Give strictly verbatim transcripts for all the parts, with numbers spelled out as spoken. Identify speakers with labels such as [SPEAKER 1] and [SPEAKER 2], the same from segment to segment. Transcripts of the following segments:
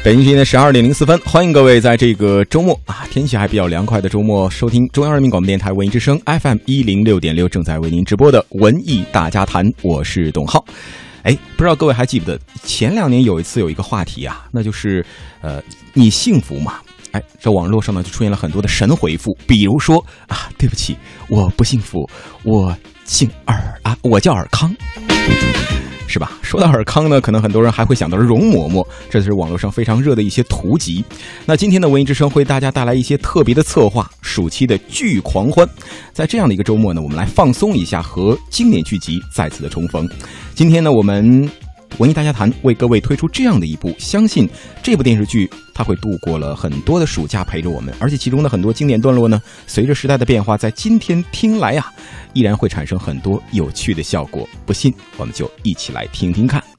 [SPEAKER 1] 北京时间的十二点零四分，欢迎各位在这个周末啊，天气还比较凉快的周末，收听中央人民广播电台文艺之声 F M 一零六点六，正在为您直播的文艺大家谈，我是董浩。哎，不知道各位还记不得前两年有一次有一个话题啊，那就是呃，你幸福吗？哎，这网络上呢就出现了很多的神回复，比如说啊，对不起，我不幸福，我姓尔啊，我叫尔康。是吧？说到尔康呢，可能很多人还会想到容嬷嬷，这是网络上非常热的一些图集。那今天的文艺之声会大家带来一些特别的策划，暑期的剧狂欢。在这样的一个周末呢，我们来放松一下，和经典剧集再次的重逢。今天呢，我们文艺大家谈为各位推出这样的一部，相信这部电视剧它会度过了很多的暑假陪着我们，而且其中的很多经典段落呢，随着时代的变化，在今天听来啊，依然会产生很多有趣的效果。不信，我们就一起来听听看。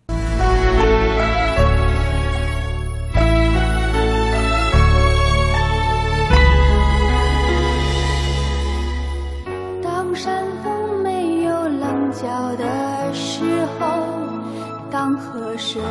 [SPEAKER 2] 当山峰没有棱角的时候，当河水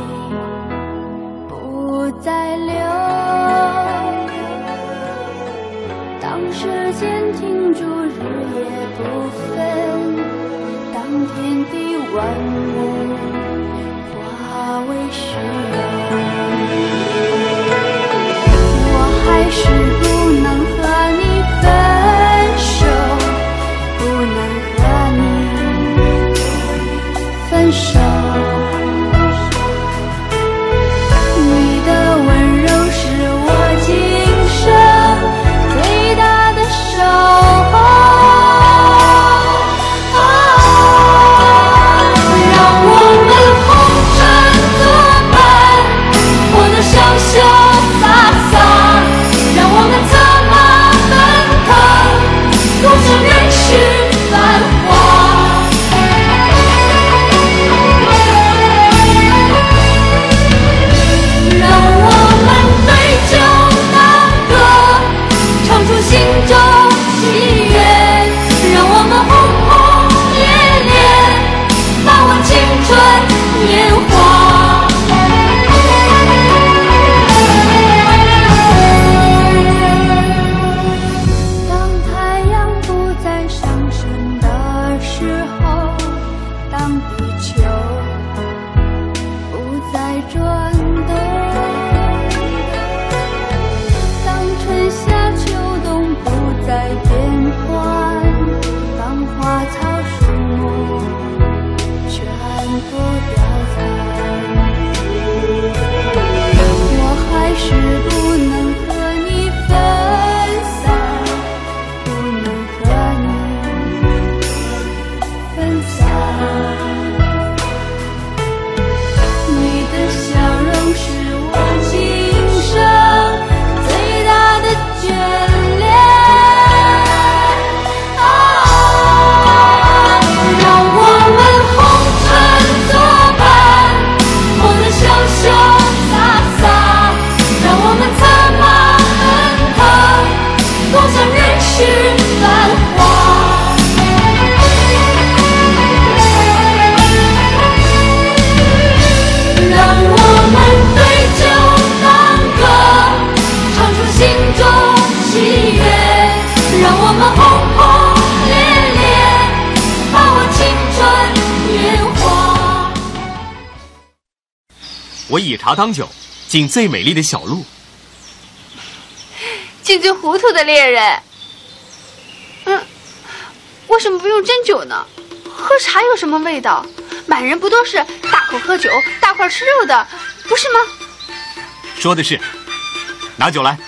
[SPEAKER 2] 不再流，当时间停住日夜不分，当天地万物化为虚有，我还是不能和你分手，不能和你分手。
[SPEAKER 3] 我以茶当酒，敬最美丽的小鹿，
[SPEAKER 2] 敬最糊涂的猎人。嗯，为什么不用真酒呢？喝茶有什么味道？满人不都是大口喝酒、大块吃肉的，不是吗？
[SPEAKER 3] 说的是。拿酒来。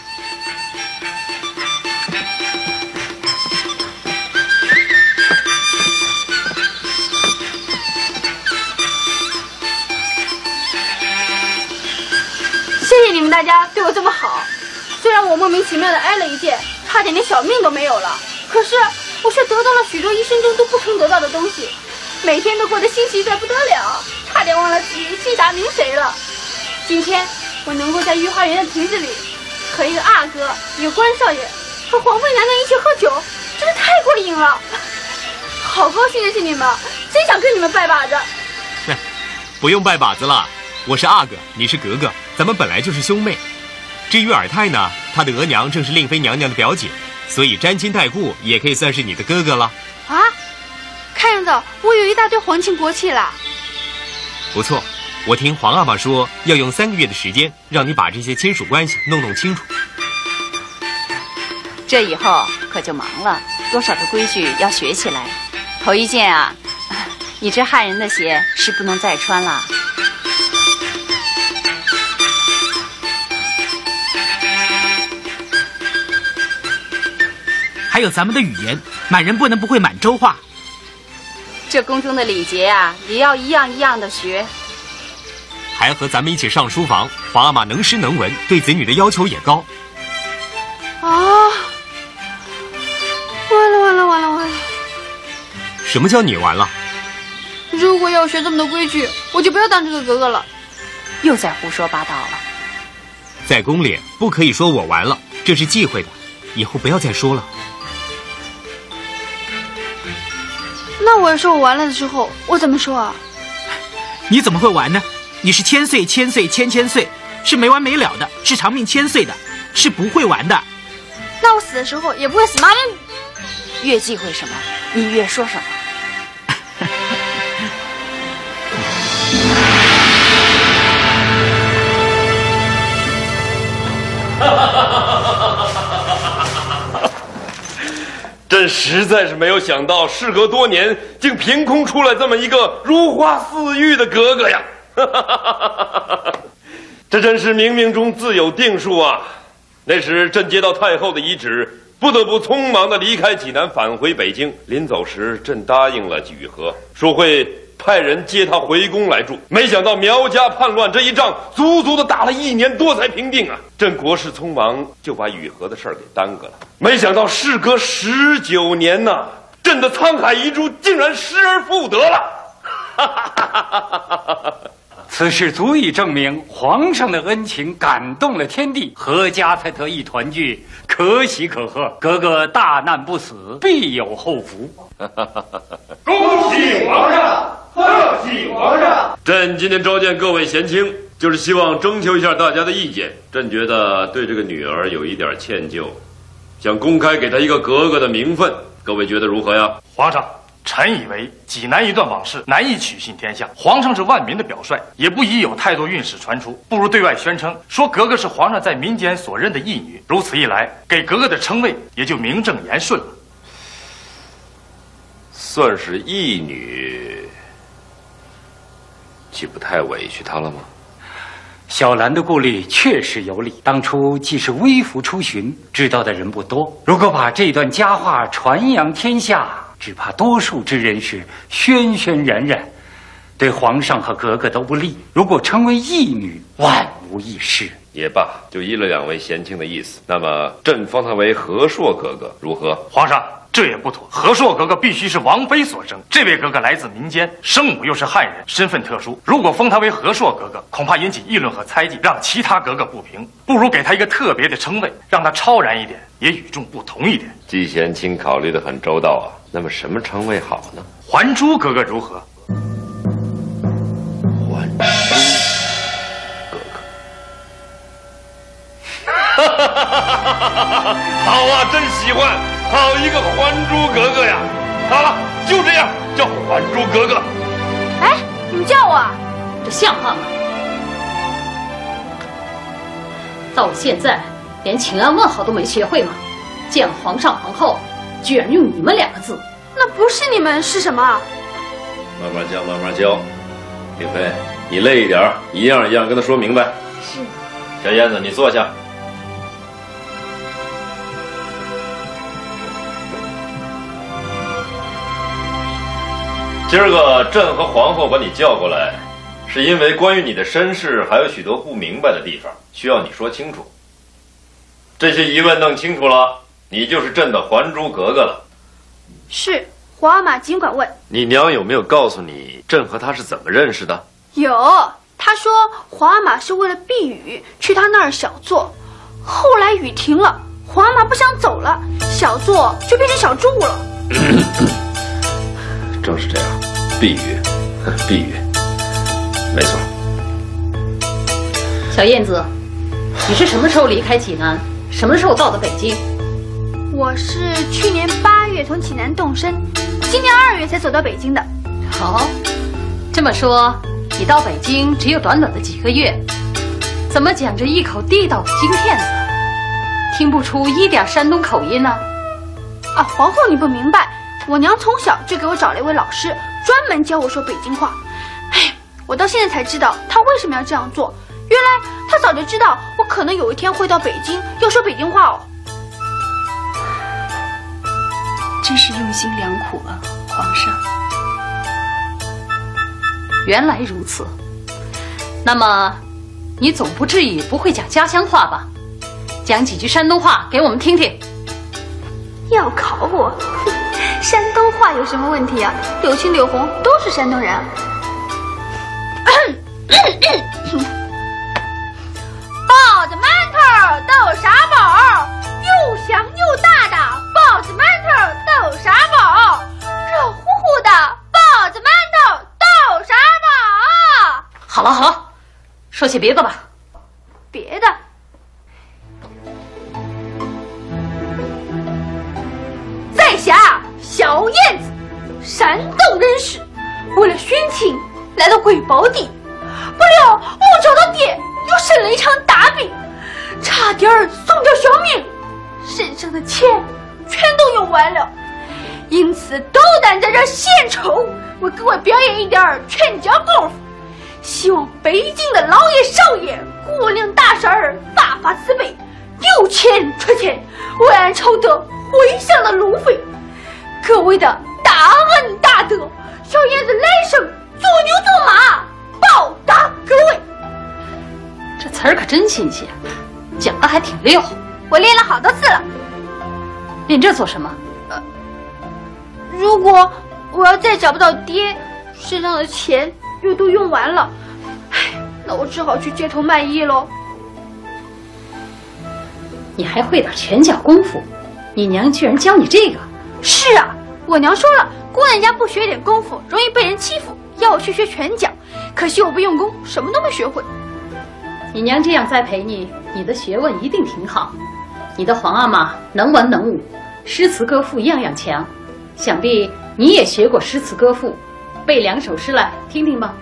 [SPEAKER 2] 谢谢你们大家对我这么好，虽然我莫名其妙的挨了一剑，差点连小命都没有了，可是我却得到了许多一生中都不曾得到的东西，每天都过得欣喜得不得了，差点忘了自己姓啥名谁了。今天我能够在御花园的亭子里和一个阿哥、一个关少爷和皇妃娘娘一起喝酒，真是太过瘾了，好高兴认识你们，真想跟你们拜把子。
[SPEAKER 3] 不用拜把子了，我是阿哥，你是格格， 咱们本来就是兄妹。至于尔泰呢，他的额娘正是令妃娘娘的表姐，所以沾亲带故也可以算是你的哥哥了。
[SPEAKER 2] 啊，看样子我有一大堆皇亲国戚啦。
[SPEAKER 3] 不错，我听皇阿玛说要用三个月的时间，让你把这些亲属关系弄弄清楚。
[SPEAKER 4] 这以后可就忙了，多少的规矩要学起来。头一件啊，你这汉人的鞋是不能再穿了。
[SPEAKER 5] 还有咱们的语言，满人不能不会满洲话。
[SPEAKER 4] 这宫中的礼节啊，也要一样一样的学。
[SPEAKER 3] 还要和咱们一起上书房。皇阿玛能诗能文，对子女的要求也高。
[SPEAKER 2] 啊！完了完了完了完了！
[SPEAKER 3] 什么叫你完了？
[SPEAKER 2] 如果要学这么多规矩，我就不要当这个格格了。
[SPEAKER 4] 又在胡说八道了。
[SPEAKER 3] 在宫里不可以说我完了，这是忌讳的，以后不要再说了。
[SPEAKER 2] 那我要说我完了的时候，我怎么说啊？
[SPEAKER 5] 你怎么会完呢？你是千岁千岁千千岁，是没完没了的，是长命千岁的，是不会完的。
[SPEAKER 2] 那我死的时候也不会死吗？
[SPEAKER 4] 越忌讳什么，你越说什么。
[SPEAKER 6] 朕实在是没有想到，事隔多年，竟凭空出来这么一个如花似玉的格格呀！这真是冥冥中自有定数啊！那时朕接到太后的遗旨，不得不匆忙地离开济南，返回北京。临走时，朕答应了雨禾，说会派人接他回宫来住。没想到苗家叛乱这一仗，足足的打了一年多才平定啊！朕国事匆忙，就把雨禾的事儿给耽搁了。没想到事隔十九年呐、啊，朕的沧海遗珠竟然失而复得了！
[SPEAKER 7] 此事足以证明皇上的恩情感动了天地，阖家才得以团聚，可喜可贺。格格大难不死，必有后福。
[SPEAKER 6] 恭喜皇上，贺喜皇上！朕今天召见各位贤卿，就是希望征求一下大家的意见。朕觉得对这个女儿有一点歉疚，想公开给她一个格格的名分。各位觉得如何呀？
[SPEAKER 8] 皇上，臣以为济南一段往事难以取信天下，皇上是万民的表率，也不宜有太多韵事传出，不如对外宣称说格格是皇上在民间所认的义女。如此一来，给格格的称谓也就名正言顺了。
[SPEAKER 6] 算是义女，岂不太委屈她了吗？
[SPEAKER 7] 小兰的顾虑确实有理，当初既是微服出巡，知道的人不多，如果把这段佳话传扬天下，只怕多数之人是轩轩然然，对皇上和格格都不利。如果成为义女，万无一失。
[SPEAKER 6] 也罢，就依了两位贤卿的意思，那么朕封她为和硕格格，如何？
[SPEAKER 8] 皇上，这也不妥。和硕格格必须是王妃所生，这位格格来自民间，生母又是汉人，身份特殊。如果封她为和硕格格，恐怕引起议论和猜忌，让其他格格不平。不如给她一个特别的称谓，让她超然一点，也与众不同一点。
[SPEAKER 6] 季贤卿考虑得很周到啊。那么什么称谓好呢？
[SPEAKER 8] 还珠格格如何？
[SPEAKER 6] 还珠格格，好啊，真喜欢，好一个还珠格格呀！好了，就这样叫还珠格格。
[SPEAKER 2] 哎，你们叫我啊？
[SPEAKER 9] 这像话吗？到现在连请安问好都没学会吗？见皇上皇后，居然用你们两个字。
[SPEAKER 2] 那不是你们是什么？
[SPEAKER 6] 慢慢教，慢慢教。令妃，你累一点，一样一样跟他说明白。
[SPEAKER 2] 是。
[SPEAKER 6] 小燕子，你坐下。今儿个朕和皇后把你叫过来，是因为关于你的身世还有许多不明白的地方，需要你说清楚。这些疑问弄清楚了，你就是朕的还珠格格了。
[SPEAKER 2] 是，皇阿玛尽管问。
[SPEAKER 6] 你娘有没有告诉你朕和她是怎么认识的？
[SPEAKER 2] 有，她说皇阿玛是为了避雨去她那儿小坐，后来雨停了，皇阿玛不想走了，小坐就变成小住了。
[SPEAKER 6] 正是这样，避雨，避雨，没错。
[SPEAKER 9] 小燕子，你是什么时候离开济南？什么时候到的北京？
[SPEAKER 2] 我是去年八月从济南动身，今年二月才走到北京的。
[SPEAKER 9] 好，这么说，你到北京只有短短的几个月，怎么讲着一口地道的京片子，听不出一点山东口音呢？
[SPEAKER 2] 啊，皇后你不明白，我娘从小就给我找了一位老师，专门教我说北京话。哎，我到现在才知道她为什么要这样做。原来她早就知道我可能有一天会到北京，要说北京话哦。
[SPEAKER 4] 真是用心良苦啊，皇上。
[SPEAKER 9] 原来如此，那么你总不至于不会讲家乡话吧？讲几句山东话给我们听听。
[SPEAKER 2] 要考我？山东话有什么问题啊？柳青柳红都是山东人啊。包子馒头豆沙包，又香又大的包子馒头豆沙包，热乎乎的包子馒头豆沙包。
[SPEAKER 9] 好了好了，说些别的吧。
[SPEAKER 2] 别的？在下小燕子，山东人士，为了寻亲来到贵宝地，不料我找到爹又生了一场大病，差点儿送掉小命，身上的钱全都用完了，因此斗胆在这献丑，为各位表演一点拳脚功夫，希望北京的老爷少爷国娘大婶儿发发慈悲，有钱出钱，为俺筹得回乡的路费。各位的大恩大德，小燕子来生做牛做马报答各位。
[SPEAKER 9] 这词儿可真新鲜，讲的还挺溜。
[SPEAKER 2] 我练了好多次了。
[SPEAKER 9] 练这做什么？
[SPEAKER 2] 呃，如果我要再找不到爹，身上的钱又都用完了，唉，那我只好去街头卖艺喽。
[SPEAKER 9] 你还会点拳脚功夫？你娘居然教你这个？
[SPEAKER 2] 是啊，我娘说了，姑娘家不学点功夫容易被人欺负，要我去学拳脚。可惜我不用功，什么都没学会。
[SPEAKER 9] 你娘这样栽培你，你的学问一定挺好。你的皇阿玛能文能武，诗词歌赋样样强，想必你也学过诗词歌赋，背两首诗来听听吧。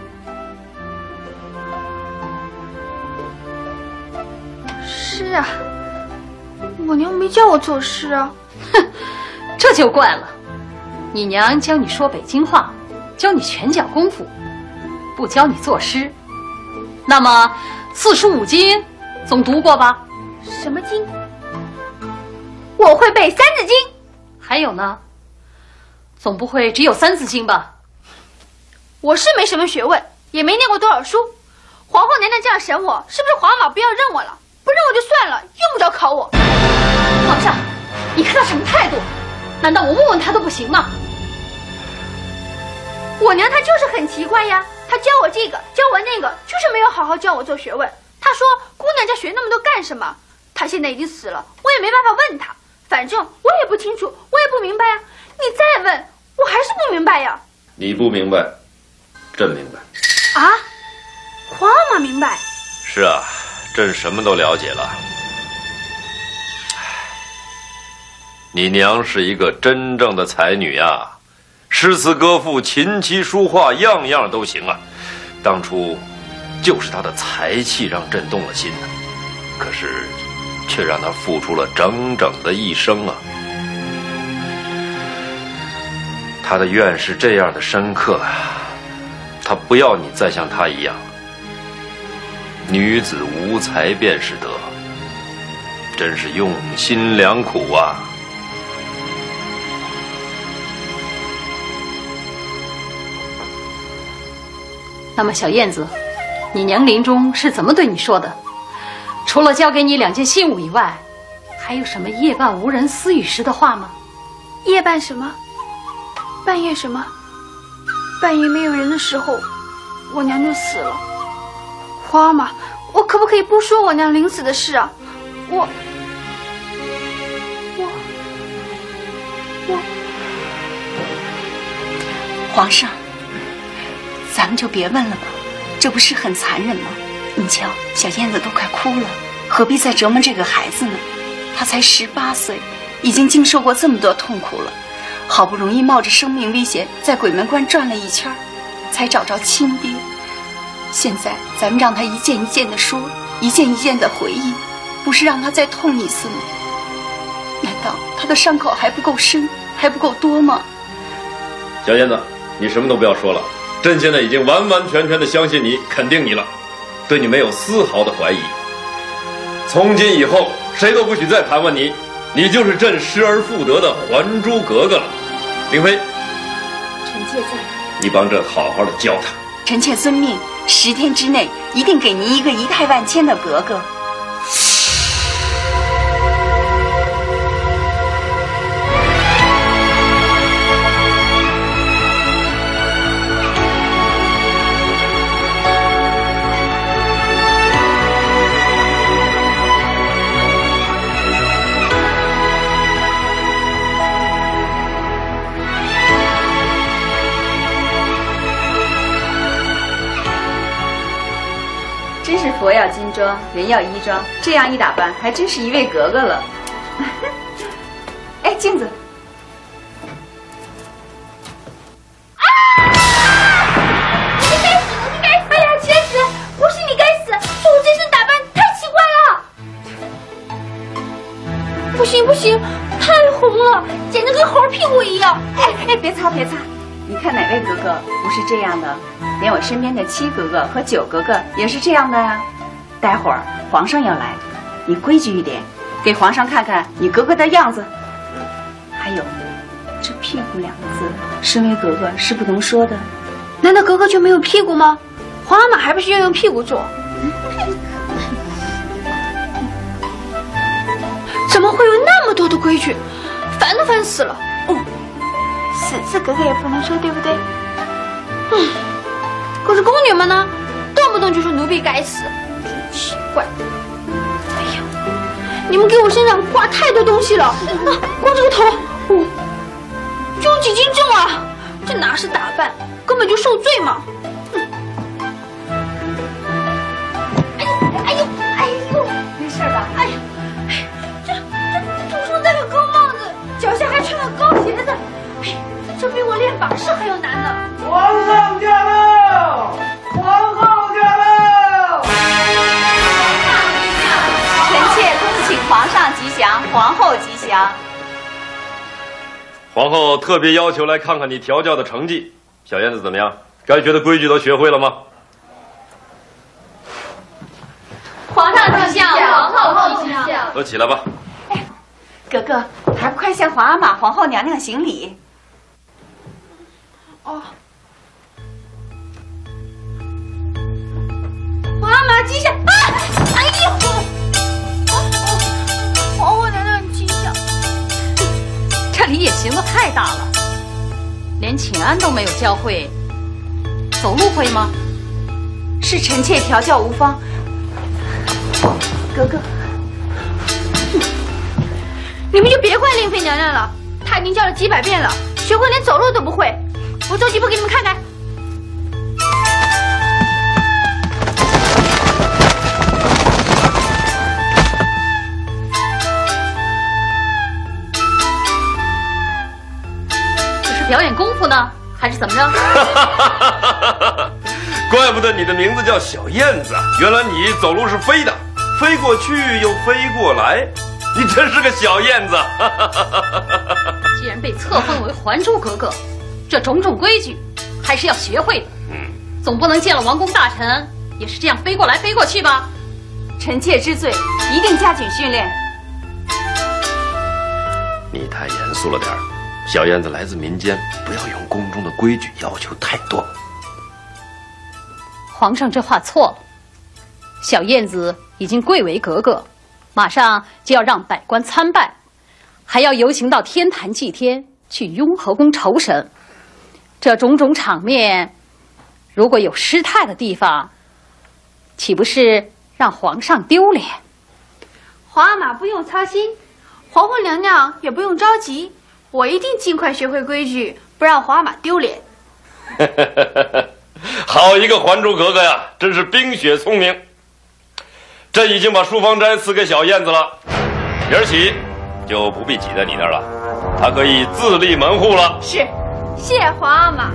[SPEAKER 2] 诗啊，我娘没教我作诗啊。
[SPEAKER 9] 哼，这就怪了。你娘教你说北京话，教你拳脚功夫，不教你作诗。那么四书五经总读过吧？
[SPEAKER 2] 什么经？我会背《三字经》。
[SPEAKER 9] 还有呢？总不会只有《三字经》吧？
[SPEAKER 2] 我是没什么学问，也没念过多少书。皇后娘娘这样审我，是不是皇马不要认我了？不认我就算了，用不着考我。
[SPEAKER 9] 皇上，你看他什么态度？难道我问问他都不行吗？
[SPEAKER 2] 我娘她就是很奇怪呀，她教我这个，教我那个，就是没有好好教我做学问。她说姑娘家学那么多干什么？她现在已经死了，我也没办法问她。反正我也不清楚，我也不明白呀。你再问，我还是不明白呀。
[SPEAKER 6] 你不明白，朕明白。
[SPEAKER 2] 啊？皇阿玛明白？
[SPEAKER 6] 是啊，朕什么都了解了。你娘是一个真正的才女呀，诗词歌赋、琴棋书画，样样都行啊。当初就是她的才气让朕动了心呢，可是却让她付出了整整的一生啊。她的愿是这样的深刻啊，她不要你再像她一样。女子无才便是德，真是用心良苦啊。
[SPEAKER 9] 那么小燕子，你娘临终是怎么对你说的？除了交给你两件信物以外，还有什么夜半无人私语时的话吗？
[SPEAKER 2] 夜半什么？半夜什么？半夜没有人的时候，我娘就死了。皇阿玛，我可不可以不说我娘临死的事啊？我，我，我，
[SPEAKER 4] 皇上，咱们就别问了吧，这不是很残忍吗？ 你瞧，小燕子都快哭了，何必再折磨这个孩子呢？他才十八岁，已经经受过这么多痛苦了，好不容易冒着生命危险在鬼门关转了一圈，才找着亲爹。现在咱们让他一件一件的说，一件一件的回忆，不是让他再痛一次吗？难道他的伤口还不够深，还不够多吗？
[SPEAKER 6] 小燕子，你什么都不要说了，朕现在已经完完全全的相信你，肯定你了，对你没有丝毫的怀疑。从今以后，谁都不许再盘问你，你就是朕失而复得的还珠格格了。令妃，
[SPEAKER 4] 臣妾在，
[SPEAKER 6] 你帮朕好好的教他。
[SPEAKER 4] 臣妾遵命，十天之内一定给您一个仪态万千的格格。佛要金装，人要衣装，这样一打扮，还真是一位格格了。哎，镜子！
[SPEAKER 2] 啊！你该死，你该死！哎呀，其实不是你该死，是我这身打扮太奇怪了。不行不行，太红了，简直跟猴屁股一样。
[SPEAKER 4] 哎哎，别擦别擦！你看哪位格格不是这样的？连我身边的七格格和九格格也是这样的呀。待会儿皇上要来，你规矩一点，给皇上看看你格格的样子。还有，这屁股两个字，身为格格是不能说的。
[SPEAKER 2] 难道格格就没有屁股吗？皇阿玛还不是要用屁股做？怎么会有那么多的规矩？烦都烦死了。
[SPEAKER 4] 嗯，死字格格也不能说，对不对？
[SPEAKER 2] 嗯，可是宫女们呢，动不动就说奴婢该死。奇怪，哎呀，你们给我身上挂太多东西了啊！光这个头，哦，就有几斤重啊！这哪是打扮，根本就受罪嘛！哎呦，哎呦，哎呦，
[SPEAKER 4] 没事吧？
[SPEAKER 2] 哎呀，哎，这这头上戴个高帽子，脚下还穿个高鞋子，哎，这比我练把式还要难呢！
[SPEAKER 10] 皇上驾到！皇后驾到！
[SPEAKER 4] 臣妾恭请皇上吉祥，皇后吉祥。
[SPEAKER 6] 皇后特别要求来看看你调教的成绩，小燕子怎么样？该学的规矩都学会了吗？
[SPEAKER 2] 皇上吉祥，皇后吉祥。
[SPEAKER 6] 都起来吧。
[SPEAKER 4] 哎，格格，还不快向皇阿玛、皇后娘娘行礼？
[SPEAKER 2] 哦。皇阿玛吉祥啊！哎呦！皇后娘娘吉祥。
[SPEAKER 9] 这里也行得太大了，连请安都没有教会，走路会吗？
[SPEAKER 4] 是臣妾调教无方。格格，
[SPEAKER 2] 你们就别怪令妃娘娘了，她已经教了几百遍了，学会连走路都不会。我走几步给你们看看。
[SPEAKER 9] 表演功夫呢，还是怎么着？
[SPEAKER 6] 怪不得你的名字叫小燕子，原来你走路是飞的，飞过去又飞过来，你真是个小燕子。
[SPEAKER 9] 既然被册封为还珠格格，这种种规矩还是要学会的。嗯，总不能见了王公大臣也是这样飞过来飞过去吧？
[SPEAKER 4] 臣妾知罪，一定加紧训练。
[SPEAKER 6] 你太严肃了点儿。小燕子来自民间，不要用宫中的规矩要求太多。
[SPEAKER 9] 皇上这话错了，小燕子已经贵为格格，马上就要让百官参拜，还要游行到天坛祭天，去雍和宫酬神。这种种场面，如果有失态的地方，岂不是让皇上丢脸？
[SPEAKER 2] 皇阿玛不用操心，皇后娘娘也不用着急。我一定尽快学会规矩，不让皇阿玛丢脸。
[SPEAKER 6] 好一个还珠格格呀，真是冰雪聪明。 朕已经把淑芳斋赐给小燕子了，明儿起就不必挤在你那儿了，她可以自立门户了。
[SPEAKER 2] 是，谢皇阿玛。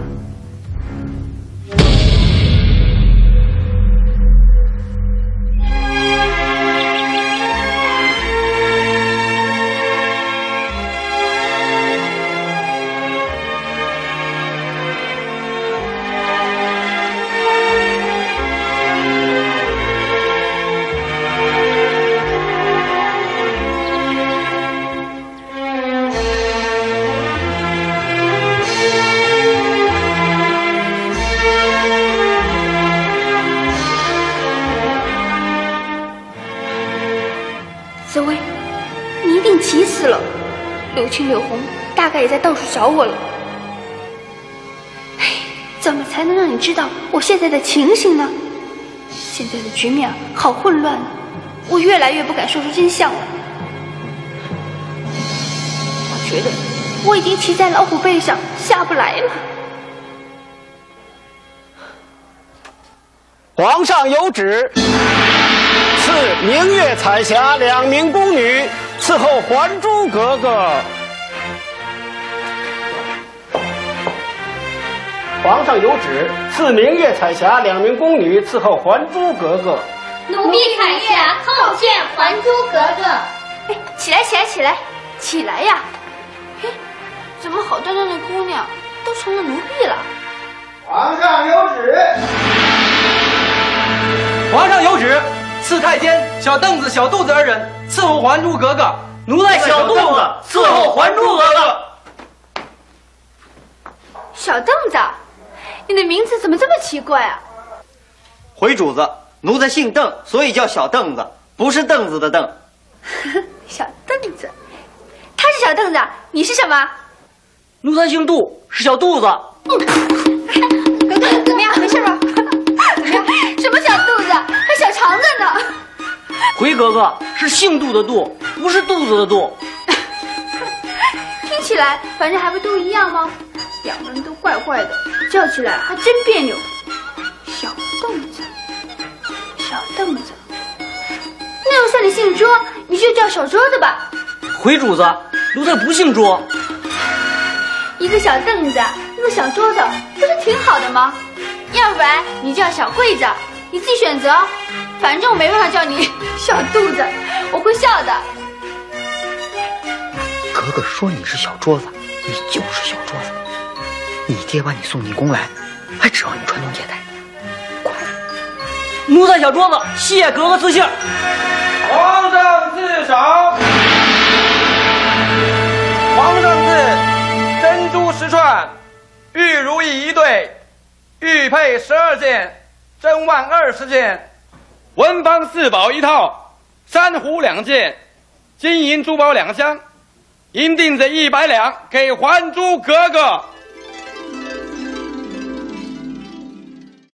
[SPEAKER 2] 紫薇，你一定急死了。柳青、柳红大概也在到处找我了。唉，怎么才能让你知道我现在的情形呢？现在的局面好混乱，我越来越不敢说出真相了。我觉得我已经骑在老虎背上下不来了。
[SPEAKER 11] 皇上有旨，赐明月彩霞两名宫女伺候还珠格格。皇上有旨，赐明月彩霞两名宫女伺候还珠格格。
[SPEAKER 12] 奴婢彩霞叩见还珠格格。
[SPEAKER 2] 哎，起来，起来，起来，起来呀！哎，怎么好端端的姑娘都成了奴婢了？
[SPEAKER 10] 皇上有旨。
[SPEAKER 13] 皇上有旨，赐太监小凳子、小肚子二人伺候还珠格格。
[SPEAKER 11] 奴才小肚子伺候还珠格格。
[SPEAKER 2] 小凳子，你的名字怎么这么奇怪啊？
[SPEAKER 14] 回主子，奴才姓邓，所以叫小凳子，不是凳子的凳。
[SPEAKER 2] 小凳子，他是小凳子，你是什么？
[SPEAKER 11] 奴才姓杜，是小肚子。
[SPEAKER 2] 格格怎么样？没事吧？怎么样？什么小肚子，还小肠子呢？
[SPEAKER 11] 回格格是姓杜的杜，不是肚子的肚。
[SPEAKER 2] 听起来反正还不都一样吗？两个人都怪怪的，叫起来还真别扭。小凳子，小凳子，那就算你姓桌，你就叫小桌子吧。
[SPEAKER 11] 回主子，奴才不姓桌。
[SPEAKER 2] 一个小凳子，一个小桌子，不是挺好的吗？要不然你叫小柜子，你自己选择。反正我没办法叫你小肚子，我会笑的。
[SPEAKER 15] 格格说你是小桌子，你就是小桌子。你爹把你送进宫来，还指望你传宗接代。快，
[SPEAKER 11] 奴才小桌子，谢格格赐姓。
[SPEAKER 13] 皇上赐赏。皇上赐珍珠十串，玉如意一对，玉佩十二件，珍万二十件，文房四宝一套，珊瑚两件，金银珠宝两箱，银锭子一百两，给还珠格格。